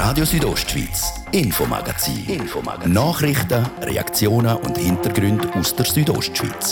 Radio Südostschweiz, Infomagazin. Nachrichten, Reaktionen und Hintergründe aus der Südostschweiz.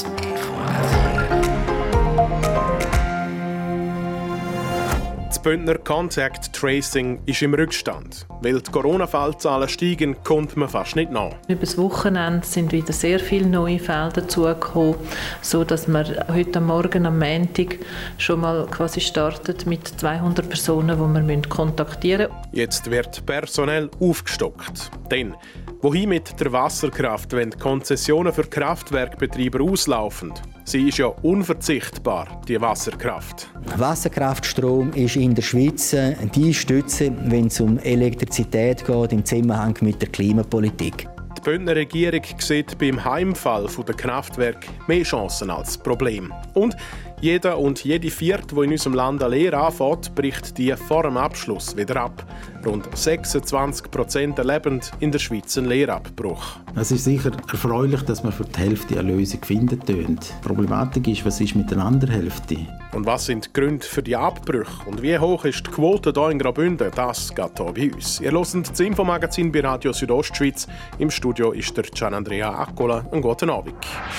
Das Bündner Contact Tracing ist im Rückstand. Weil die Corona-Fallzahlen steigen, kommt man fast nicht nach. Über das Wochenende sind wieder sehr viele neue Fälle dazugekommen, sodass wir heute Morgen am Montag schon mal quasi startet mit 200 Personen, die wir kontaktieren müssen. Jetzt wird personell aufgestockt. Denn wohin mit der Wasserkraft, wenn die Konzessionen für Kraftwerkbetreiber auslaufen? Sie ist ja unverzichtbar, die Wasserkraft. Wasserkraftstrom ist in der Schweiz die Stütze, wenn es um Elektrizität geht im Zusammenhang mit der Klimapolitik. Die Bündner Regierung sieht beim Heimfall der Kraftwerke mehr Chancen als Problem. Und jeder und jede Vierte, die in unserem Land eine Lehre anfängt, bricht die vor dem Abschluss wieder ab. Rund 26% erleben in der Schweiz einen Lehrabbruch. Es ist sicher erfreulich, dass man für die Hälfte eine Lösung finden tönt. Die Problematik ist, was ist mit der anderen Hälfte? Und was sind die Gründe für die Abbrüche? Und wie hoch ist die Quote hier in Graubünden? Das geht hier bei uns. Ihr hört das Infomagazin bei Radio Südostschweiz. Im Studio ist der Gian Andrea Accola. Einen guten Abend.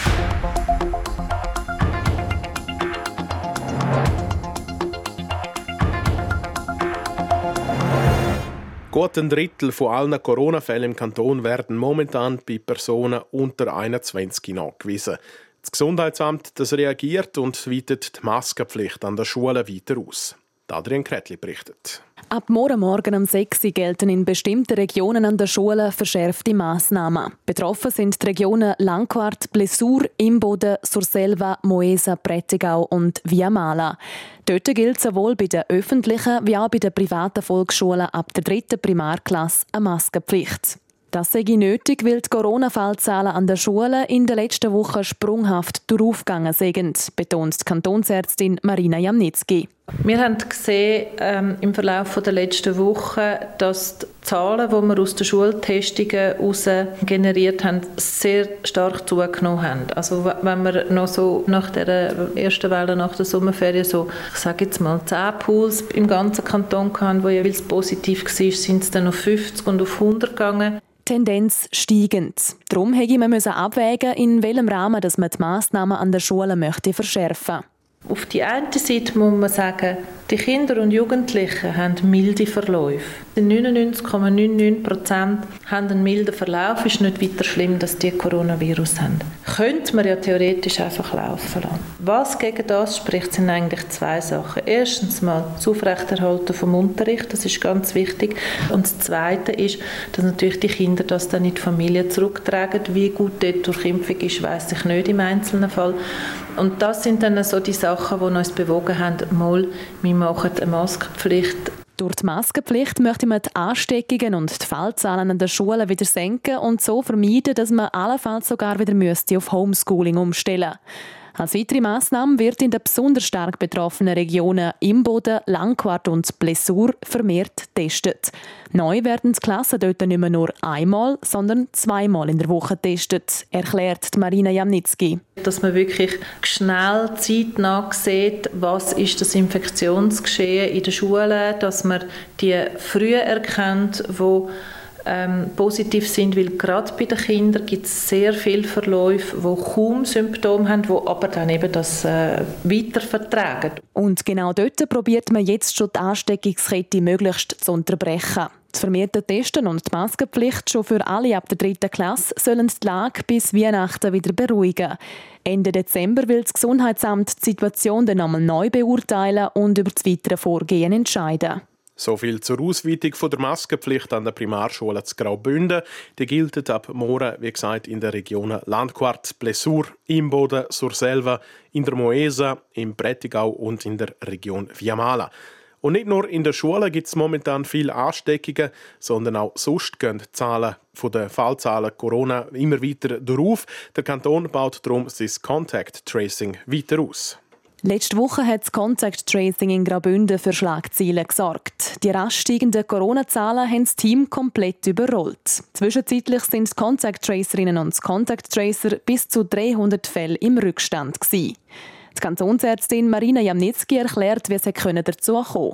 Gut ein Drittel von allen Corona-Fällen im Kanton werden momentan bei Personen unter 21 nachgewiesen. Das Gesundheitsamt das reagiert und weitet die Maskenpflicht an den Schulen weiter aus. Adrian Kretli berichtet. Ab morgen um 6 Uhr gelten in bestimmten Regionen an der Schule verschärfte Massnahmen. Betroffen sind die Regionen Langquart, Blessur, Imboden, Surselva, Moesa, Prättigau und Viamala. Dort gilt sowohl bei den öffentlichen wie auch bei den privaten Volksschulen ab der 3. Primarklasse eine Maskenpflicht. Das sei nötig, weil die Corona-Fallzahlen an den Schulen in den letzten Wochen sprunghaft durchgegangen sind, betont die Kantonsärztin Marina Jamnitzki. Wir haben gesehen im Verlauf der letzten Wochen, dass die Zahlen, die wir aus den Schultestungen heraus generiert haben, sehr stark zugenommen haben. Also wenn wir noch so nach der ersten Welle, nach der Sommerferien, so, ich sage jetzt mal 10 Pools im ganzen Kanton hatten, die jeweils positiv waren, sind es dann auf 50 und auf 100 gegangen. Tendenz steigend. Darum musste man abwägen, in welchem Rahmen dass man die Massnahmen an der Schule möchte verschärfen. Auf die eine Seite muss man sagen, die Kinder und Jugendlichen haben milde Verläufe. 99,99% haben einen milden Verlauf. Es ist nicht weiter schlimm, dass die Coronavirus haben. Könnte man ja theoretisch einfach laufen lassen. Was gegen das spricht, sind eigentlich 2 Sachen. Erstens mal das Aufrechterhalten vom Unterricht, das ist ganz wichtig. Und das Zweite ist, dass natürlich die Kinder das dann in die Familie zurücktragen. Wie gut dort durch Impfung ist, weiss ich nicht im einzelnen Fall. Und das sind dann so die Sachen, die uns bewogen haben, mal, wir machen eine Maskenpflicht. Durch die Maskenpflicht möchte man die Ansteckungen und die Fallzahlen an den Schulen wieder senken und so vermeiden, dass man allenfalls sogar wieder auf Homeschooling umstellen müsste. Als weitere Massnahme wird in den besonders stark betroffenen Regionen Imboden, Langquart und Blessur vermehrt getestet. Neu werden die Klassen dort nicht mehr nur einmal, sondern 2-mal in der Woche getestet, erklärt Marina Jamnitzki. Dass man wirklich schnell, zeitnah sieht, was ist das Infektionsgeschehen in der Schule, dass man die früh erkennt, wo positiv sind, weil gerade bei den Kindern gibt es sehr viele Verläufe, die kaum Symptome haben, die aber dann eben das weiter vertragen. Und genau dort probiert man jetzt schon die Ansteckungskette möglichst zu unterbrechen. Das vermehrte Testen und die Maskenpflicht schon für alle ab der 3. Klasse sollen die Lage bis Weihnachten wieder beruhigen. Ende Dezember will das Gesundheitsamt die Situation dann einmal neu beurteilen und über das weitere Vorgehen entscheiden. So viel zur Ausweitung der Maskenpflicht an der Primarschule zu Graubünden. Die gilt ab morgen, wie gesagt, in den Regionen Landquart, Blessur, Imboden, Surselva, in der Moesa, im Prättigau und in der Region Viamala. Und nicht nur in den Schulen gibt es momentan viele Ansteckungen, sondern auch sonst gehen die Zahlen der Fallzahlen Corona immer weiter durch. Der Kanton baut darum sein Contact Tracing weiter aus. Letzte Woche hat das Contact Tracing in Graubünden für Schlagzeilen gesorgt. Die rasch steigenden Corona-Zahlen haben das Team komplett überrollt. Zwischenzeitlich sind die Contact Tracerinnen und Contact Tracer bis zu 300 Fälle im Rückstand gewesen. Die Kantonsärztin Marina Jamnitzki erklärt, wie sie dazu kommen.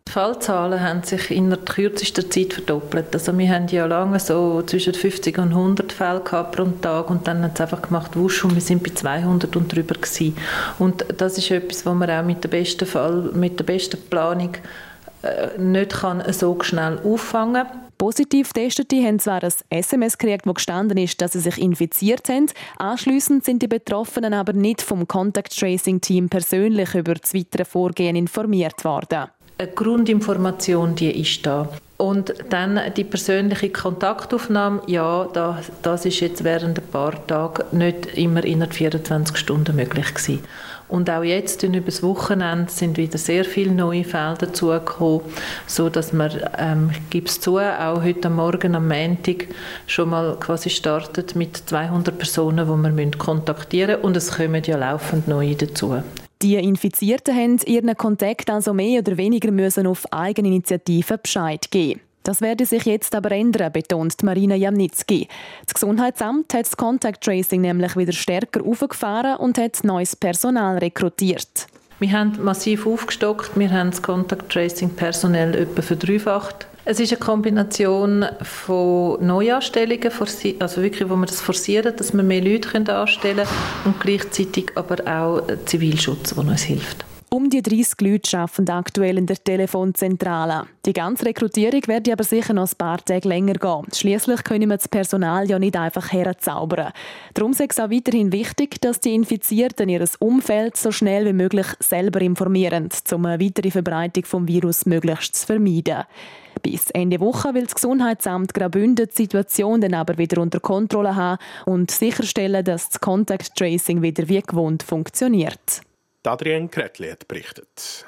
Die Fallzahlen haben sich in der kürzesten Zeit verdoppelt. Also wir haben ja lange so zwischen 50 und 100 Fälle gehabt pro Tag und dann haben sie einfach gemacht, wusch, und wir sind bei 200 und drüber gewesen. Und das ist etwas, was man auch mit der besten Planung nicht kann so schnell auffangen kann. Positiv Testete haben zwar ein SMS gekriegt, wo gestanden ist, dass sie sich infiziert haben. Anschliessend sind die Betroffenen aber nicht vom Contact Tracing Team persönlich über das weitere Vorgehen informiert worden. Eine Grundinformation, die ist da. Und dann die persönliche Kontaktaufnahme, ja, das ist jetzt während ein paar Tagen nicht immer innerhalb 24 Stunden möglich gewesen. Und auch jetzt, über das Wochenende, sind wieder sehr viele neue Fälle dazugekommen, sodass man, ich gebe es zu, auch heute Morgen am Montag schon mal quasi startet mit 200 Personen, die wir kontaktieren müssen. Und es kommen ja laufend neue dazu. Die Infizierten haben ihren Kontakt also mehr oder weniger müssen auf Eigeninitiative Bescheid geben. Das werde sich jetzt aber ändern, betont Marina Jamnitzki. Das Gesundheitsamt hat das Contact Tracing nämlich wieder stärker aufgefahren und hat neues Personal rekrutiert. Wir haben massiv aufgestockt, wir haben das Contact Tracing personell etwa verdreifacht. Es ist eine Kombination von Neuanstellungen, also wirklich, wo wir das forcieren, dass wir mehr Leute anstellen können und gleichzeitig aber auch Zivilschutz, der uns hilft. Um die 30 Leute arbeiten aktuell in der Telefonzentrale. Die ganze Rekrutierung wird aber sicher noch ein paar Tage länger gehen. Schliesslich können wir das Personal ja nicht einfach herzaubern. Darum ist es auch weiterhin wichtig, dass die Infizierten ihr Umfeld so schnell wie möglich selber informieren, um eine weitere Verbreitung des Virus möglichst zu vermeiden. Bis Ende Woche will das Gesundheitsamt Graubünden die Situation dann aber wieder unter Kontrolle haben und sicherstellen, dass das Contact Tracing wieder wie gewohnt funktioniert. Adrienne Kretli hat berichtet.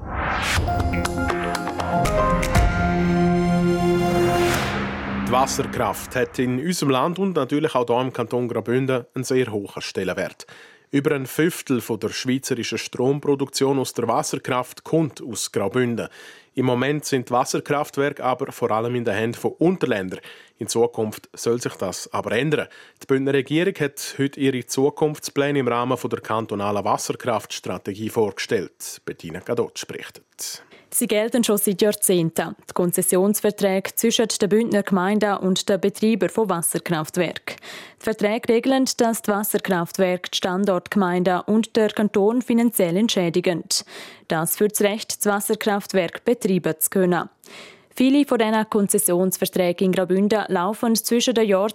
Die Wasserkraft hat in unserem Land und natürlich auch hier im Kanton Graubünden einen sehr hohen Stellenwert. Über ein Fünftel der schweizerischen Stromproduktion aus der Wasserkraft kommt aus Graubünden. Im Moment sind die Wasserkraftwerke aber vor allem in den Händen von Unterländern. In Zukunft soll sich das aber ändern. Die Bündner Regierung hat heute ihre Zukunftspläne im Rahmen der kantonalen Wasserkraftstrategie vorgestellt. Bettina Gadot berichtet. Sie gelten schon seit Jahrzehnten. Die Konzessionsverträge zwischen den Bündner Gemeinden und den Betreibern von Wasserkraftwerken. Die Verträge regeln, dass die Wasserkraftwerke die Standortgemeinden und der Kanton finanziell entschädigen. Das für das Recht, das Wasserkraftwerk betreiben zu können. Viele von diesen Konzessionsverträgen in Graubünden laufen zwischen den Jahren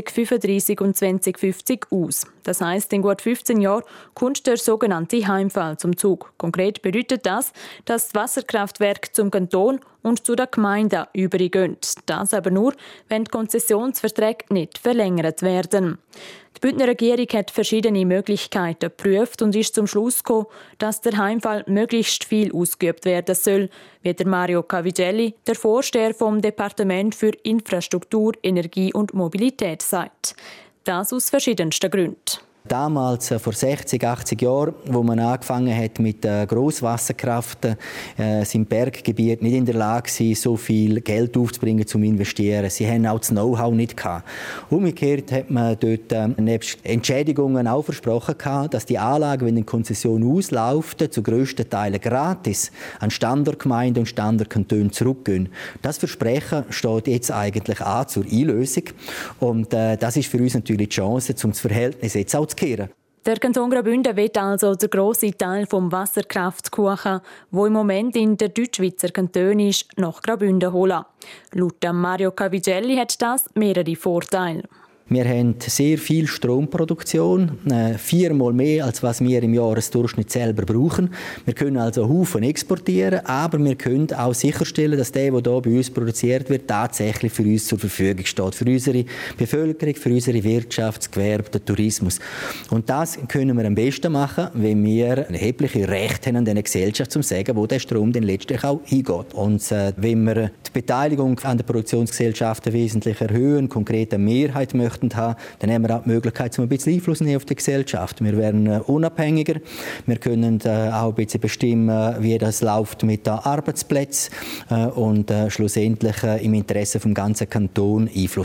2035 und 2050 aus. Das heisst, in gut 15 Jahren kommt der sogenannte Heimfall zum Zug. Konkret bedeutet das, dass das Wasserkraftwerk zum Kanton und zu den Gemeinden übergehen. Das aber nur, wenn die Konzessionsverträge nicht verlängert werden. Die Bündner Regierung hat verschiedene Möglichkeiten geprüft und ist zum Schluss gekommen, dass der Heimfall möglichst viel ausgeübt werden soll, wie der Mario Cavigelli, der Vorsteher vom Departement für Infrastruktur, Energie und Mobilität, sagt. Das aus verschiedensten Gründen. Damals, vor 60, 80 Jahren, wo man angefangen hat mit Grosswasserkraft, sind Berggebiete nicht in der Lage gewesen, so viel Geld aufzubringen, zum Investieren. Sie haben auch das Know-how nicht gehabt. Umgekehrt hat man dort nebst Entschädigungen auch versprochen gehabt, dass die Anlagen, wenn die Konzession ausläuft, zu grössten Teilen gratis an Standortgemeinden und Standortkantone zurückgehen. Das Versprechen steht jetzt eigentlich an zur Einlösung. Und das ist für uns natürlich die Chance, um das Verhältnis jetzt auch zu kehren. Der Kanton Graubünden will also den grossen Teil vom Wasserkraftkuchen, wo im Moment in den Deutschschweizer Kantonen ist, nach Graubünden holen. Laut Mario Cavigelli hat das mehrere Vorteile. Wir haben sehr viel Stromproduktion, 4-mal mehr, als was wir im Jahresdurchschnitt selber brauchen. Wir können also Haufen exportieren, aber wir können auch sicherstellen, dass der hier bei uns produziert wird, tatsächlich für uns zur Verfügung steht. Für unsere Bevölkerung, für unsere Wirtschaft, das Gewerbe, den Tourismus. Und das können wir am besten machen, wenn wir erhebliche Rechte haben an dieser Gesellschaft, um zu sagen, wo der Strom dann letztlich auch hingeht. Und wenn wir die Beteiligung an der Produktionsgesellschaften wesentlich erhöhen, konkret eine Mehrheit möchten haben, dann haben wir auch die Möglichkeit, ein bisschen Einfluss nehmen auf die Gesellschaft. Wir werden unabhängiger. Wir können auch ein bisschen bestimmen, wie das läuft mit den Arbeitsplätzen und schlussendlich im Interesse vom ganzen Kanton Einfluss nehmen.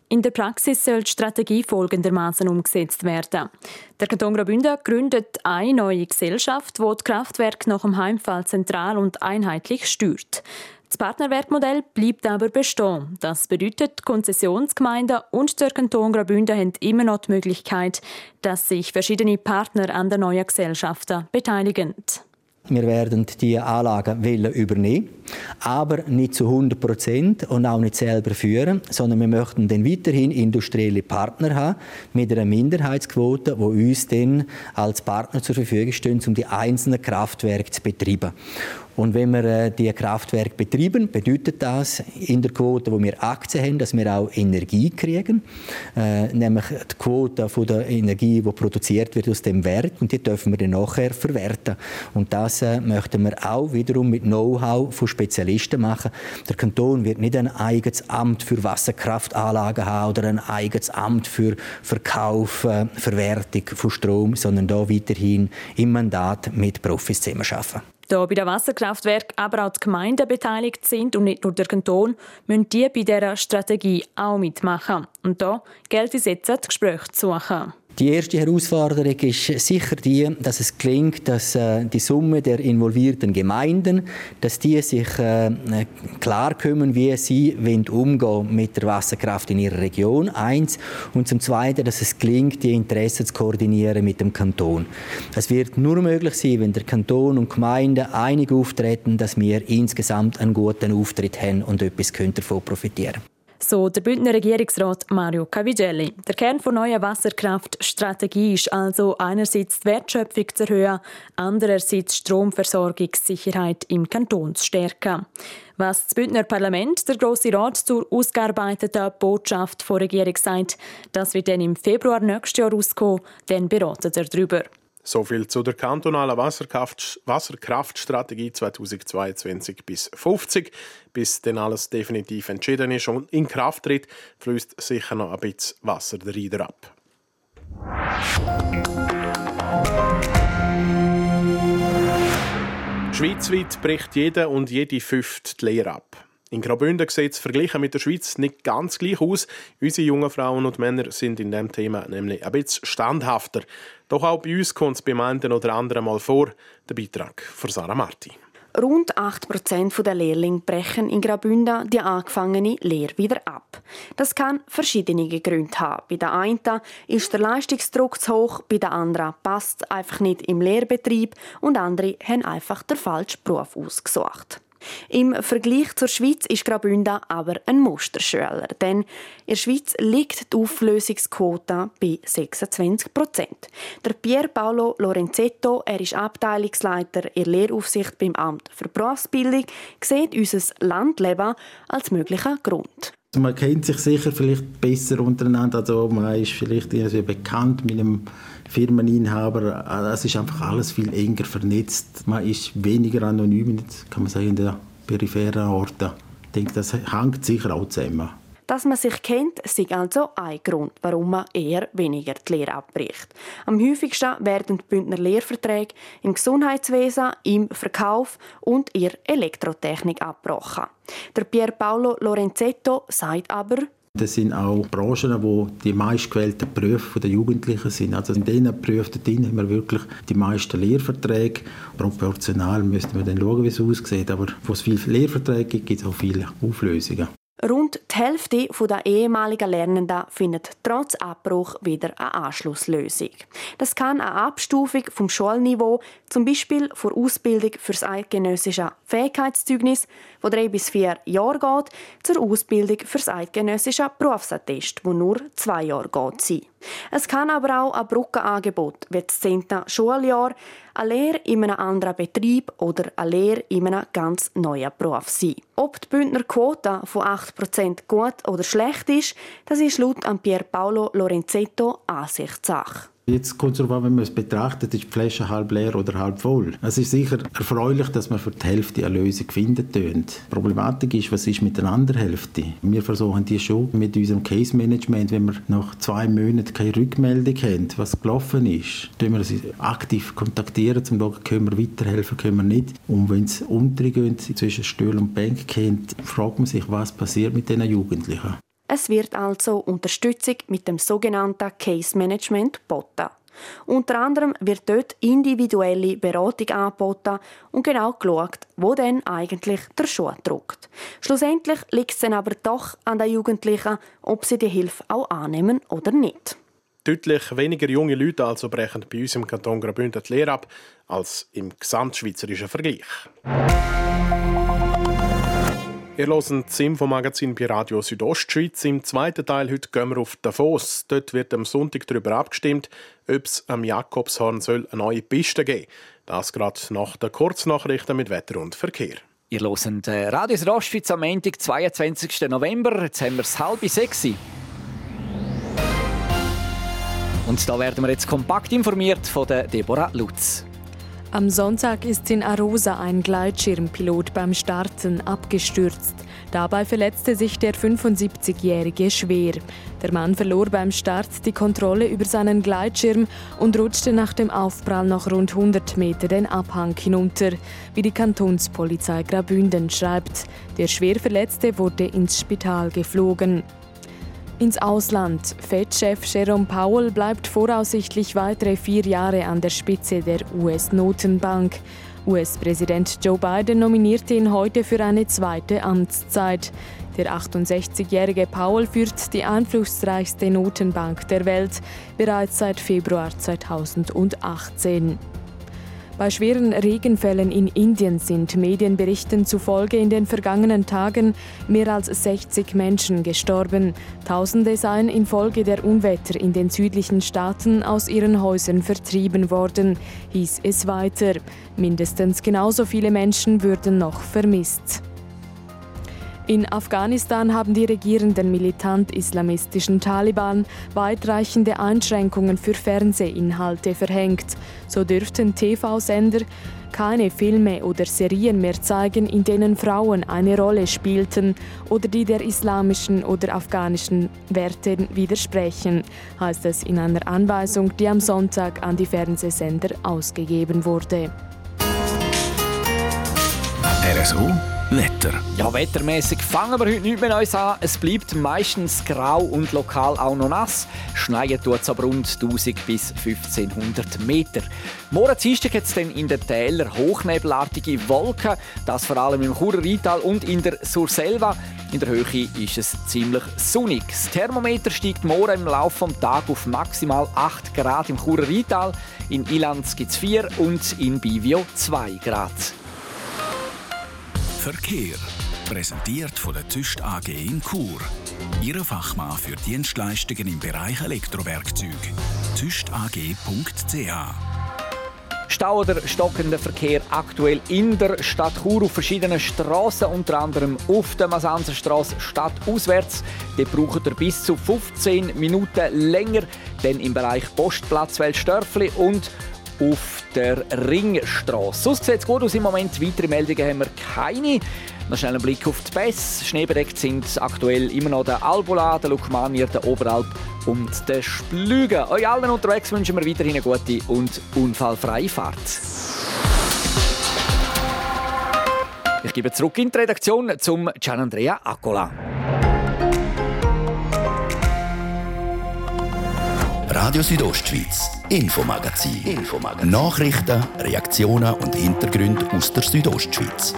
In der Praxis soll die Strategie folgendermaßen umgesetzt werden. Der Kanton Graubünden gründet eine neue Gesellschaft, die die Kraftwerke nach dem Heimfall zentral und einheitlich steuert. Das Partnerwerkmodell bleibt aber bestehen. Das bedeutet, die Konzessionsgemeinden und der Kanton Graubünden haben immer noch die Möglichkeit, dass sich verschiedene Partner an der neuen Gesellschaft beteiligen. Wir werden die Anlagen übernehmen, aber nicht zu 100% und auch nicht selber führen, sondern wir möchten dann weiterhin industrielle Partner haben mit einer Minderheitsquote, die uns dann als Partner zur Verfügung stehen, um die einzelnen Kraftwerke zu betreiben. Und wenn wir die Kraftwerke betreiben, bedeutet das in der Quote, wo wir Aktien haben, dass wir auch Energie kriegen, nämlich die Quote von der Energie, die produziert wird aus dem Werk, und die dürfen wir dann nachher verwerten. Und das möchten wir auch wiederum mit Know-how von Spezialisten machen. Der Kanton wird nicht ein eigenes Amt für Wasserkraftanlagen haben oder ein eigenes Amt für Verkauf, Verwertung von Strom, sondern da weiterhin im Mandat mit Profis zusammenarbeiten. Da bei den Wasserkraftwerken aber auch die Gemeinden beteiligt sind und nicht nur der Kanton, müssen die bei dieser Strategie auch mitmachen. Und da gilt es jetzt, die Gespräche zu suchen. Die erste Herausforderung ist sicher die, dass es gelingt, dass die Summe der involvierten Gemeinden, dass die sich klar kümmern, wie sie umgehen mit der Wasserkraft in ihrer Region. Eins. Und zum Zweiten, dass es gelingt, die Interessen zu koordinieren mit dem Kanton. Es wird nur möglich sein, wenn der Kanton und die Gemeinden einig auftreten, dass wir insgesamt einen guten Auftritt haben und etwas davon profitieren können. So der Bündner Regierungsrat Mario Cavigelli. Der Kern der neuen Wasserkraftstrategie ist also einerseits die Wertschöpfung zu erhöhen, andererseits die Stromversorgungssicherheit im Kanton zu stärken. Was das Bündner Parlament, der Grosse Rat, zur ausgearbeiteten Botschaft der Regierung sagt, das wird dann im Februar nächstes Jahr rauskommen, dann beraten wir darüber. Soviel zu der kantonalen Wasserkraftstrategie 2022 bis 2050. Bis dann alles definitiv entschieden ist und in Kraft tritt, fließt sicher noch ein bisschen Wasser rein ab. Schweizweit bricht jeder und jede Fünfte die Lehre ab. In Graubünden sieht es verglichen mit der Schweiz nicht ganz gleich aus. Unsere jungen Frauen und Männer sind in diesem Thema nämlich ein bisschen standhafter. Doch auch bei uns kommt es beim einen oder anderen Mal vor. Der Beitrag von Sarah Marti. Rund 8% der Lehrlinge brechen in Graubünden die angefangene Lehre wieder ab. Das kann verschiedene Gründe haben. Bei der einen ist der Leistungsdruck zu hoch, bei der anderen passt einfach nicht im Lehrbetrieb und andere haben einfach den falschen Beruf ausgesucht. Im Vergleich zur Schweiz ist Graubünden aber ein Musterschüler, denn in der Schweiz liegt die Auflösungsquote bei 26%. Der Pier Paolo Lorenzetto, er ist Abteilungsleiter in Lehraufsicht beim Amt für Berufsbildung, sieht unser Landleben als möglichen Grund. Man kennt sich sicher vielleicht besser untereinander, also man ist vielleicht irgendwie bekannt mit einem Firmeninhaber. Es ist einfach alles viel enger vernetzt. Man ist weniger anonym, kann man sagen, in den peripheren Orten. Ich denke, das hängt sicher auch zusammen. Dass man sich kennt, ist also ein Grund, warum man eher weniger die Lehre abbricht. Am häufigsten werden die Bündner Lehrverträge im Gesundheitswesen, im Verkauf und in der Elektrotechnik abgebrochen. Der Pier Paolo Lorenzetto sagt aber, das sind auch Branchen, wo die meistgewählten Berufe der Jugendlichen sind. Also in diesen Berufen haben wir wirklich die meisten Lehrverträge. Proportional müsste man dann schauen, wie es aussieht. Aber wo es viele Lehrverträge gibt, gibt es auch viele Auflösungen. Rund die Hälfte der ehemaligen Lernenden findet trotz Abbruch wieder eine Anschlusslösung. Das kann eine Abstufung vom Schulniveau, zum Beispiel vor Ausbildung für das eidgenössische Fähigkeitszeugnis, das 3 bis 4 Jahre geht, zur Ausbildung für das eidgenössische Berufsattest, das nur 2 Jahre geht, sein. Es kann aber auch ein Brückenangebot wie das 10. Schuljahr, eine Lehre in einem anderen Betrieb oder eine Lehre in einem ganz neuen Beruf sein. Ob die Bündner Quote von 8% gut oder schlecht ist, das ist laut Pier Paolo Lorenzetto Ansichtssache. Jetzt kommt es darauf an, wenn man es betrachtet, ist die Flasche halb leer oder halb voll. Es ist sicher erfreulich, dass wir für die Hälfte eine Lösung finden. Die Problematik ist, was ist mit der anderen Hälfte? Wir versuchen die schon mit unserem Case Management, wenn wir nach 2 Monaten keine Rückmeldung haben, was gelaufen ist, tun wir sie aktiv kontaktieren, um zu schauen, können wir weiterhelfen, können wir nicht. Und wenn es untergehen zwischen Stuhl und Bank geht, fragt man sich, was passiert mit diesen Jugendlichen. Es wird also Unterstützung mit dem sogenannten Case Management geboten. Unter anderem wird dort individuelle Beratung angeboten und genau geschaut, wo denn eigentlich der Schuh drückt. Schlussendlich liegt es dann aber doch an den Jugendlichen, ob sie die Hilfe auch annehmen oder nicht. Deutlich weniger junge Leute also brechen bei uns im Kanton Graubünden die Lehre ab als im gesamtschweizerischen Vergleich. Ihr hört das Infomagazin bei Radio Südostschweiz. Im zweiten Teil heute gehen wir auf Davos. Dort wird am Sonntag darüber abgestimmt, ob es am Jakobshorn eine neue Piste geben soll. Das gerade nach den Kurznachrichten mit Wetter und Verkehr. Ihr hört Radio Südostschweiz am Montag, 22. November. Jetzt haben wir es 5:30. Und da werden wir jetzt kompakt informiert von der Deborah Lutz. Am Sonntag ist in Arosa ein Gleitschirmpilot beim Starten abgestürzt. Dabei verletzte sich der 75-Jährige schwer. Der Mann verlor beim Start die Kontrolle über seinen Gleitschirm und rutschte nach dem Aufprall noch rund 100 Meter den Abhang hinunter, wie die Kantonspolizei Graubünden schreibt. Der Schwerverletzte wurde ins Spital geflogen. Ins Ausland. Fed-Chef Jerome Powell bleibt voraussichtlich weitere 4 Jahre an der Spitze der US-Notenbank. US-Präsident Joe Biden nominierte ihn heute für eine zweite Amtszeit. Der 68-jährige Powell führt die einflussreichste Notenbank der Welt bereits seit Februar 2018. Bei schweren Regenfällen in Indien sind Medienberichten zufolge in den vergangenen Tagen mehr als 60 Menschen gestorben. Tausende seien infolge der Unwetter in den südlichen Staaten aus ihren Häusern vertrieben worden, hieß es weiter. Mindestens genauso viele Menschen würden noch vermisst. In Afghanistan haben die regierenden militant-islamistischen Taliban weitreichende Einschränkungen für Fernsehinhalte verhängt. So dürften TV-Sender keine Filme oder Serien mehr zeigen, in denen Frauen eine Rolle spielten oder die der islamischen oder afghanischen Werten widersprechen, heißt es in einer Anweisung, die am Sonntag an die Fernsehsender ausgegeben wurde. RSO Wetter. Ja, wettermäßig fangen wir heute nicht mehr Neues an. Es bleibt meistens grau und lokal auch noch nass. Schneien tut es aber rund 1000 bis 1500 Meter. Morgen Dienstag hat es dann in den Tälern hochnebelartige Wolken. Das vor allem im Churer Rheintal und in der Surselva. In der Höhe ist es ziemlich sonnig. Das Thermometer steigt morgen im Laufe des Tages auf maximal 8 Grad im Churer Rheintal. In Ilanz gibt es 4 und in Bivio 2 Grad. Verkehr. Präsentiert von der Züst AG in Chur. Ihre Fachmann für Dienstleistungen im Bereich Elektrowerkzeug. züstag.ch. Stau oder stockender Verkehr aktuell in der Stadt Chur auf verschiedenen Strassen, unter anderem auf der Masanzerstrasse stadtauswärts. Dort braucht ihr bis zu 15 Minuten länger. Dann im Bereich Postplatz Welsdörfli und auf der Ringstrasse. Sonst sieht es gut aus im Moment. Weitere Meldungen haben wir keine. Noch schnell einen Blick auf die Pässe. Schneebedeckt sind aktuell immer noch der Albula, der Lukmanier, der Oberalp und der Splügen. Euch allen unterwegs wünschen wir weiterhin eine gute und unfallfreie Fahrt. Ich gebe zurück in die Redaktion zum Gianandrea Accola. Radio Südostschweiz, Infomagazin. Nachrichten, Reaktionen und Hintergründe aus der Südostschweiz.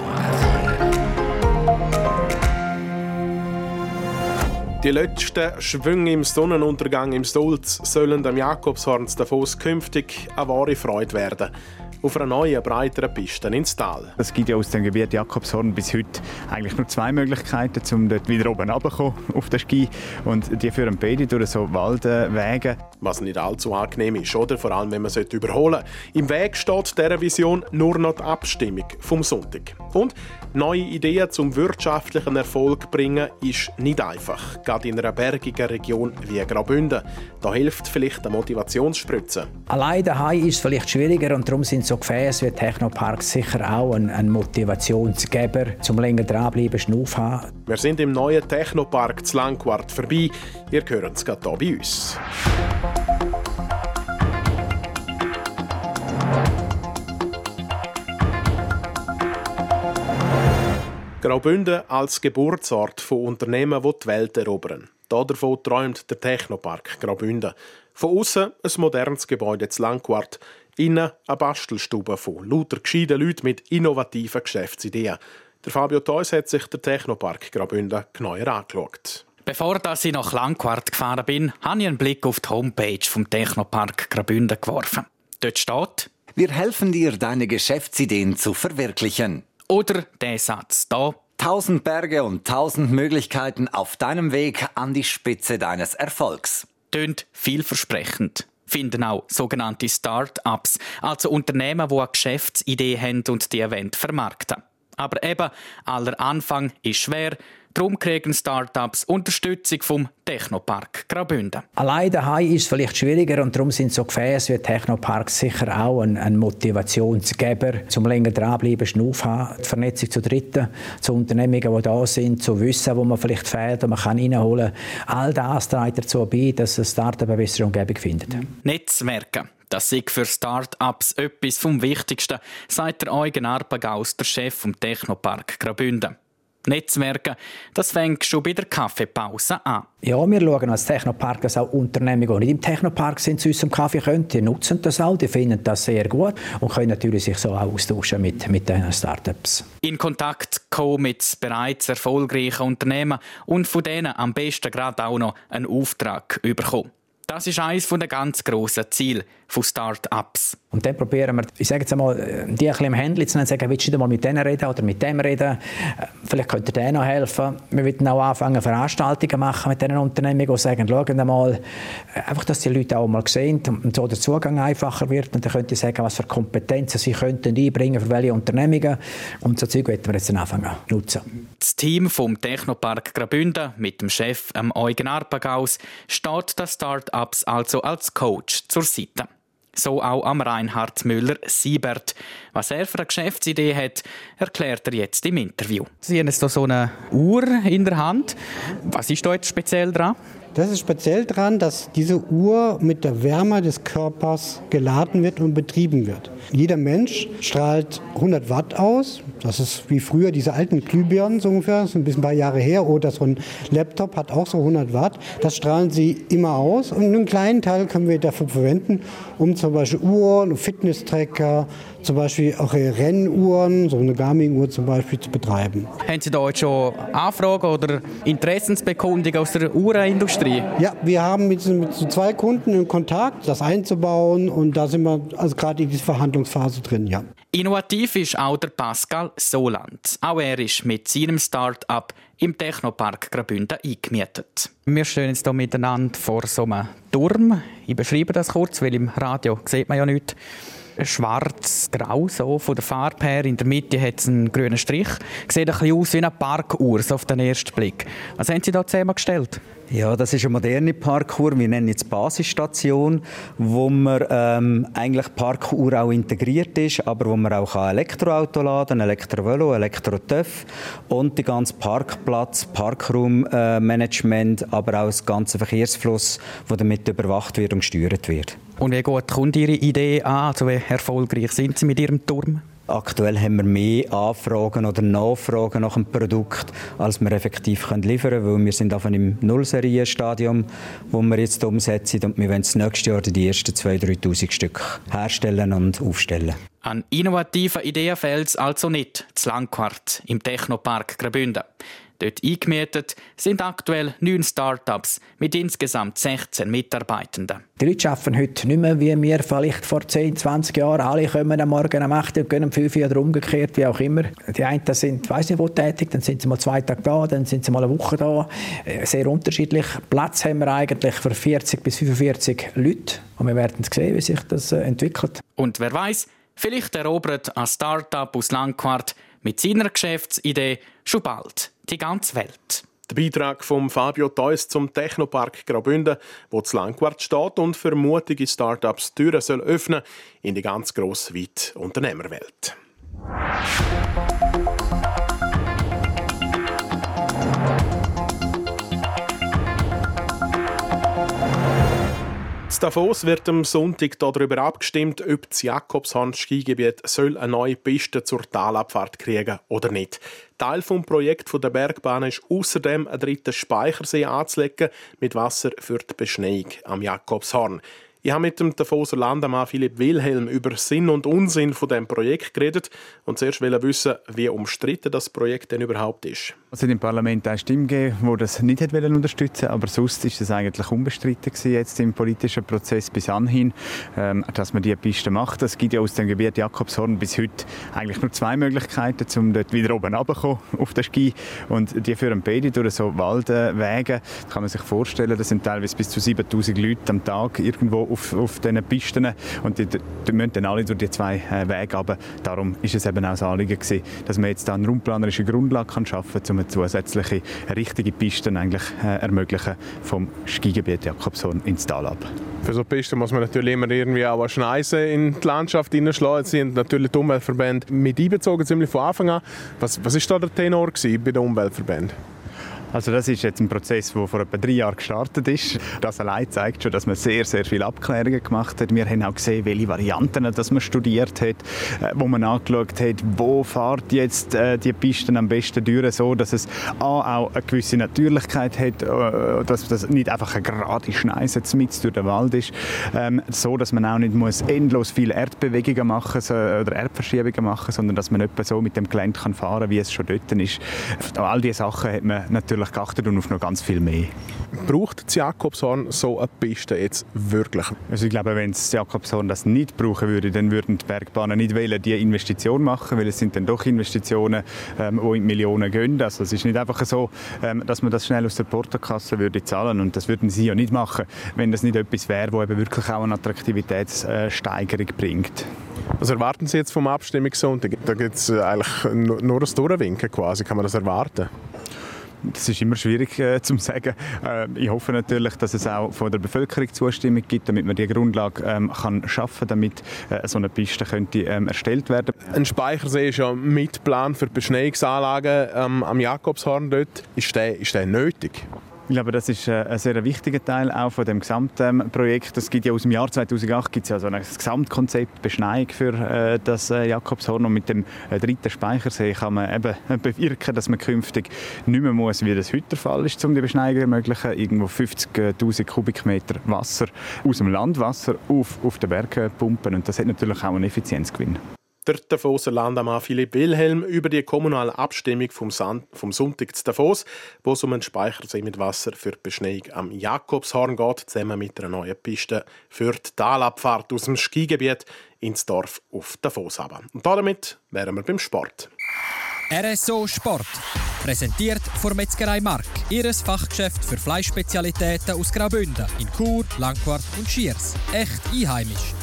Die letzten Schwünge im Sonnenuntergang im Stolz sollen am Jakobshorn Davos künftig eine wahre Freude werden. Auf einer neuen, breiteren Piste ins Tal. Es gibt ja aus dem Gebiet Jakobshorn bis heute eigentlich nur 2 Möglichkeiten, um dort wieder oben runterzukommen auf den Ski. Und die führen beide durch so Waldwege. Was nicht allzu angenehm ist, oder? Vor allem, wenn man es überholen sollte. Im Weg steht dieser Vision nur noch die Abstimmung vom Sonntag. Und neue Ideen zum wirtschaftlichen Erfolg zu bringen, ist nicht einfach. Gerade in einer bergigen Region wie Graubünden. Da hilft vielleicht eine Motivationsspritze. Allein daheim ist es vielleicht schwieriger und darum sind so Gefäße wie Technoparks sicher auch ein Motivationsgeber, um länger dranbleiben, Schnuff haben. Wir sind im neuen Technopark zu Langquart vorbei. Ihr hört es gerade hier bei uns. Graubünden als Geburtsort von Unternehmen, die die Welt erobern. Davon träumt der Technopark Graubünden. Von außen ein modernes Gebäude in Langquart, innen eine Bastelstube von lauter gescheiten Leuten mit innovativen Geschäftsideen. Der Fabio Theus hat sich den Technopark Graubünden genauer angeschaut. Bevor ich nach Langquart gefahren bin, habe ich einen Blick auf die Homepage vom Technopark Graubünden geworfen. Dort steht: Wir helfen dir, deine Geschäftsideen zu verwirklichen. Oder der Satz da: 1000 Berge und 1000 Möglichkeiten auf deinem Weg an die Spitze deines Erfolgs. Tönt vielversprechend. Finden auch sogenannte Start-ups, also Unternehmen, die eine Geschäftsidee haben und die vermarkten wollen. Aber eben, aller Anfang ist schwer. Darum kriegen Start-ups Unterstützung vom Technopark Graubünden. Allein daheim ist es vielleicht schwieriger und darum sind so Gefäße wie Technoparks sicher auch ein Motivationsgeber, zum länger dranbleiben, Schnuff haben, die Vernetzung zu Dritten, zu Unternehmungen, die da sind, zu Wissen, wo man vielleicht fehlt und man kann reinholen. All das trägt dazu bei, dass ein Start-up eine bessere Umgebung findet. Netzwerken. Das ist für Start-ups etwas vom Wichtigsten, sagt der Eugen Arpagaus, der Chef vom Technopark Graubünden. Netzwerken, das fängt schon bei der Kaffeepause an. Ja, wir schauen als Technopark, dass auch Unternehmen, die nicht im Technopark sind, zu uns am Kaffee können. Die nutzen das auch, die finden das sehr gut und können natürlich sich so auch austauschen mit den Startups. In Kontakt kommen mit bereits erfolgreichen Unternehmen und von denen am besten gerade auch noch einen Auftrag bekommen. Das ist eines der ganz grossen Ziele von Start-ups. Und dann probieren wir, ich sage jetzt einmal, die ein bisschen im Händchen zu nennen, sagen, willst du nicht mal mit denen reden oder mit dem reden? Vielleicht könnte der noch helfen. Wir wollen auch anfangen, Veranstaltungen machen mit diesen Unternehmen und sagen, schauen mal, einfach, dass die Leute auch mal sehen und so der Zugang einfacher wird. Und dann könnt ihr sagen, was für Kompetenzen sie könnten einbringen für welche Unternehmungen. Und so Zeug wollen wir jetzt dann anfangen zu nutzen. Das Team vom Technopark Graubünden mit dem Chef Eugen Arpagaus steht den Start-ups also als Coach zur Seite. So auch am Reinhard Müller-Siebert. Was er für eine Geschäftsidee hat, erklärt er jetzt im Interview. Sie haben jetzt hier so eine Uhr in der Hand. Was ist da jetzt speziell dran? Das ist speziell daran, dass diese Uhr mit der Wärme des Körpers geladen wird und betrieben wird. Jeder Mensch strahlt 100 Watt aus. Das ist wie früher diese alten Glühbirnen so ungefähr. Das ist ein paar Jahre her. Oder so ein Laptop hat auch so 100 Watt. Das strahlen sie immer aus. Und einen kleinen Teil können wir dafür verwenden, um zum Beispiel Uhren, Fitness-Tracker, zum Beispiel auch Rennuhren, so eine Garmin-Uhr zum Beispiel, zu betreiben. Haben Sie da jetzt schon Anfragen oder Interessensbekundungen aus der Uhrenindustrie? Ja, wir haben mit so 2 Kunden in Kontakt, das einzubauen, und da sind wir also gerade in dieser Verhandlungsphase drin, ja. Innovativ ist auch der Pascal Soland. Auch er ist mit seinem Start-up im Technopark Graubünden eingemietet. Wir stehen jetzt hier miteinander vor so einem Turm. Ich beschreibe das kurz, weil im Radio sieht man ja nichts. Schwarz-grau, so von der Farbe her. In der Mitte hat es einen grünen Strich. Sieht ein bisschen aus wie eine Parkuhr, so auf den ersten Blick. Was haben Sie da zusammengestellt? Ja, das ist eine moderne Parkuhr. Wir nennen jetzt Basisstation, wo man eigentlich Parkuhr auch integriert ist, aber wo man auch ein Elektroauto laden, ein Elektrovelo, ein Elektro-TÜV und den ganzen Parkplatz, Parkraummanagement, aber auch das ganze Verkehrsfluss, der damit überwacht wird und gesteuert wird. Und wie gut kommt Ihre Idee an? Also wie erfolgreich sind Sie mit Ihrem Turm? Aktuell haben wir mehr Anfragen oder Nachfragen nach dem Produkt, als wir effektiv liefern können, weil wir sind im Nullserienstadium, wo wir jetzt umsetzen, und wir wollen das nächste Jahr die ersten 2'000–3'000 Stück herstellen und aufstellen. An innovativen Ideen fehlt es also nicht zu Langquart im Technopark Graubünden. Dort eingemietet sind aktuell 9 Start-ups mit insgesamt 16 Mitarbeitenden. Die Leute arbeiten heute nicht mehr wie wir vielleicht vor 10, 20 Jahren. Alle kommen am Morgen um 8 Uhr und gehen um 5 Uhr oder umgekehrt, wie auch immer. Die einen sind, weiss nicht wo, tätig, dann sind sie mal 2 Tage da, dann sind sie mal eine Woche da. Sehr unterschiedlich. Platz haben wir eigentlich für 40 bis 45 Leute. Und wir werden sehen, wie sich das entwickelt. Und wer weiss, vielleicht erobert ein Start-up aus Langquart mit seiner Geschäftsidee schon bald die ganze Welt. Der Beitrag von Fabio Theus zum Technopark Graubünden, wo zu Langquart steht und für mutige Start-ups Türen soll öffnen in die ganz grosse, weite Unternehmerwelt. Davos wird am Sonntag darüber abgestimmt, ob das Jakobshorn-Skigebiet eine neue Piste zur Talabfahrt kriegen oder nicht. Teil des Projekts der Bergbahn ist außerdem einen dritten Speichersee anzulegen mit Wasser für die Beschneiung am Jakobshorn. Ich habe mit dem Davoser Landemann Philipp Wilhelm über Sinn und Unsinn von diesem Projekt geredet und zuerst wissen, wie umstritten das Projekt denn überhaupt ist. Es hat im Parlament eine Stimme gegeben, die das nicht unterstützen wollte, aber sonst ist es eigentlich unbestritten gewesen, jetzt im politischen Prozess bis anhin, dass man diese Piste macht. Es gibt ja aus dem Gebiet Jakobshorn bis heute eigentlich nur zwei Möglichkeiten, um dort wieder oben runterzukommen auf den Ski. Und die führen beide durch so Waldwege. Da kann man sich vorstellen, das sind teilweise bis zu 7000 Leute am Tag irgendwo auf diesen Pisten. Und die müssen dann alle durch die zwei Wege runter. Darum ist es eben auch das Anliegen gewesen, dass man jetzt da eine raumplanerische Grundlage schaffen kann, um eine zusätzliche richtige Pisten eigentlich ermöglichen vom Skigebiet Jakobshorn ins Tal ab. Für so Pisten muss man natürlich immer irgendwie auch eine Schneise in die Landschaft hineinschlagen. Jetzt sind natürlich die Umweltverbände mit einbezogen, ziemlich von Anfang an. Was war da der Tenor bei den Umweltverbänden? Also das ist jetzt ein Prozess, der vor etwa 3 Jahren gestartet ist. Das allein zeigt schon, dass man sehr, sehr viele Abklärungen gemacht hat. Wir haben auch gesehen, welche Varianten dass man studiert hat, wo man angeschaut hat, wo fährt jetzt die Pisten am besten durch, so dass es auch eine gewisse Natürlichkeit hat, dass das nicht einfach eine gerade Schneise mitten durch den Wald ist, so dass man auch nicht muss endlos viele Erdbewegungen machen oder Erdverschiebungen machen, sondern dass man etwa so mit dem Gelände kann fahren, wie es schon dort ist. Auf all diese Sachen hat man natürlich geachtet und auf noch ganz viel mehr. Braucht das Jakobshorn so eine Piste jetzt wirklich? Also ich glaube, wenn das Jakobshorn das nicht brauchen würde, dann würden die Bergbahnen nicht wollen, diese Investition machen, weil es sind dann doch Investitionen, die in die Millionen gehen. Also es ist nicht einfach so, dass man das schnell aus der Portokasse würde zahlen, und das würden sie ja nicht machen, wenn das nicht etwas wäre, das eben wirklich auch eine Attraktivitätssteigerung bringt. Was erwarten Sie jetzt vom Abstimmungssonntag? Da gibt es eigentlich nur ein Durchwinken quasi. Kann man das erwarten? Das ist immer schwierig zu sagen. Ich hoffe natürlich, dass es auch von der Bevölkerung Zustimmung gibt, damit man die Grundlage kann schaffen, damit so eine Piste könnte erstellt werden. Ein Speichersee ist ja mit Plan für die Beschneiungsanlagen am Jakobshorn dort. Ist der nötig? Ich glaube, das ist ein sehr wichtiger Teil auch von dem Gesamtprojekt. Es gibt ja aus dem Jahr 2008 gibt es ja so ein Gesamtkonzept Beschneiung für das Jakobshorn. Und mit dem dritten Speichersee kann man eben bewirken, dass man künftig nicht mehr muss, wie das heute der Fall ist, um die Beschneiung zu ermöglichen, irgendwo 50'000 Kubikmeter Wasser aus dem Landwasser auf den Berg pumpen. Und das hat natürlich auch einen Effizienzgewinn. Der Davoser Landemann Philipp Wilhelm über die kommunale Abstimmung vom Sonntag zu Davos, wo es um einen Speichersee mit Wasser für die Beschneiung am Jakobshorn geht, zusammen mit einer neuen Piste für die Talabfahrt aus dem Skigebiet ins Dorf auf Davos. Und damit wären wir beim Sport. RSO Sport. Präsentiert von Metzgerei Mark. Ihres Fachgeschäft für Fleischspezialitäten aus Graubünden in Chur, Langquart und Schiers. Echt einheimisch.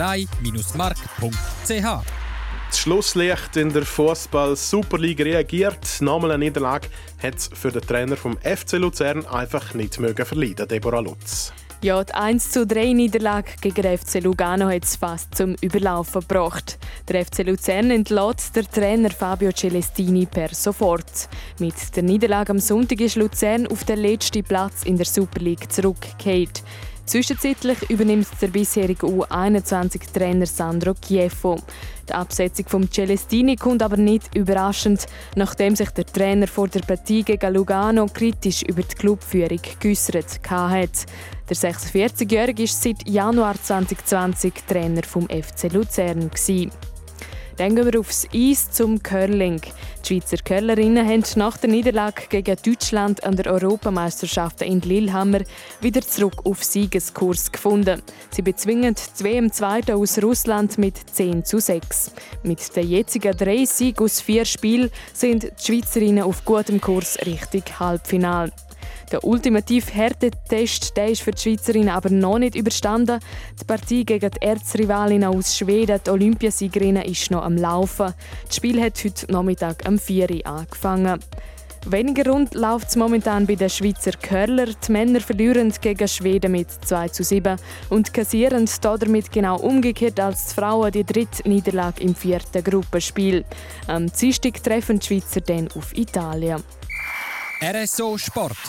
Metzgerei-mark.ch. Das Schlusslicht in der Fußball-Superliga reagiert. Nochmal eine Niederlage hat es für den Trainer vom FC Luzern einfach nicht verleiden, Deborah Lutz. Ja, die 1:3-Niederlage gegen den FC Lugano hat es fast zum Überlaufen gebracht. Der FC Luzern entlässt der Trainer Fabio Celestini per sofort. Mit der Niederlage am Sonntag ist Luzern auf den letzten Platz in der Super League zurückgekehrt. Zwischenzeitlich übernimmt der bisherige U21-Trainer Sandro Chieffo. Die Absetzung von Celestini kommt aber nicht überraschend, nachdem sich der Trainer vor der Partie gegen Lugano kritisch über die Clubführung geäussert hat. Der 46-Jährige war seit Januar 2020 Trainer vom FC Luzern. Dann gehen wir aufs Eis zum Curling. Die Schweizer Curlerinnen haben nach der Niederlage gegen Deutschland an der Europameisterschaft in Lillehammer wieder zurück auf Siegeskurs gefunden. Sie bezwingen die WM-2 aus Russland mit 10:6. Mit den jetzigen 3 Siegen aus 4 Spielen sind die Schweizerinnen auf gutem Kurs Richtung Halbfinale. Der ultimative Härtetest ist für die Schweizerinnen aber noch nicht überstanden. Die Partie gegen die Erzrivalinnen aus Schweden, die Olympiasiegerinnen, ist noch am Laufen. Das Spiel hat heute Nachmittag um 4 Uhr angefangen. Weniger rund läuft es momentan bei den Schweizer Curler. Die Männer verlieren gegen Schweden mit 2:7 und kassieren damit genau umgekehrt als die Frauen die 3. Niederlage im 4. Gruppenspiel. Am Dienstag treffen die Schweizer dann auf Italien. RSO Sport.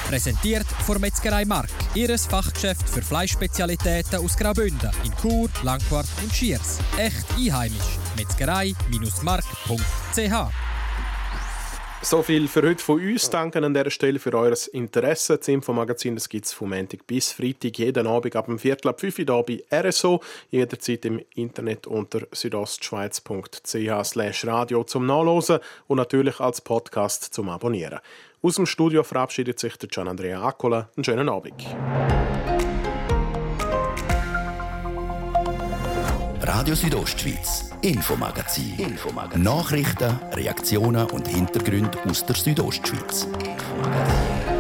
Präsentiert von Metzgerei Mark, ihres Fachgeschäft für Fleischspezialitäten aus Graubünden in Chur, Langquart und Schiers. Echt einheimisch. Metzgerei-mark.ch. So viel für heute von uns. Danke an dieser Stelle für euer Interesse. Das Infomagazin gibt es vom Montag bis Freitag jeden Abend ab 4:05 Uhr hier bei RSO. Jederzeit im Internet unter südostschweiz.ch/radio zum Nachlesen und natürlich als Podcast zum Abonnieren. Aus dem Studio verabschiedet sich der Gian Andrea Accola. Einen schönen Abend. Radio Südostschweiz, Infomagazin. Nachrichten, Reaktionen und Hintergründe aus der Südostschweiz.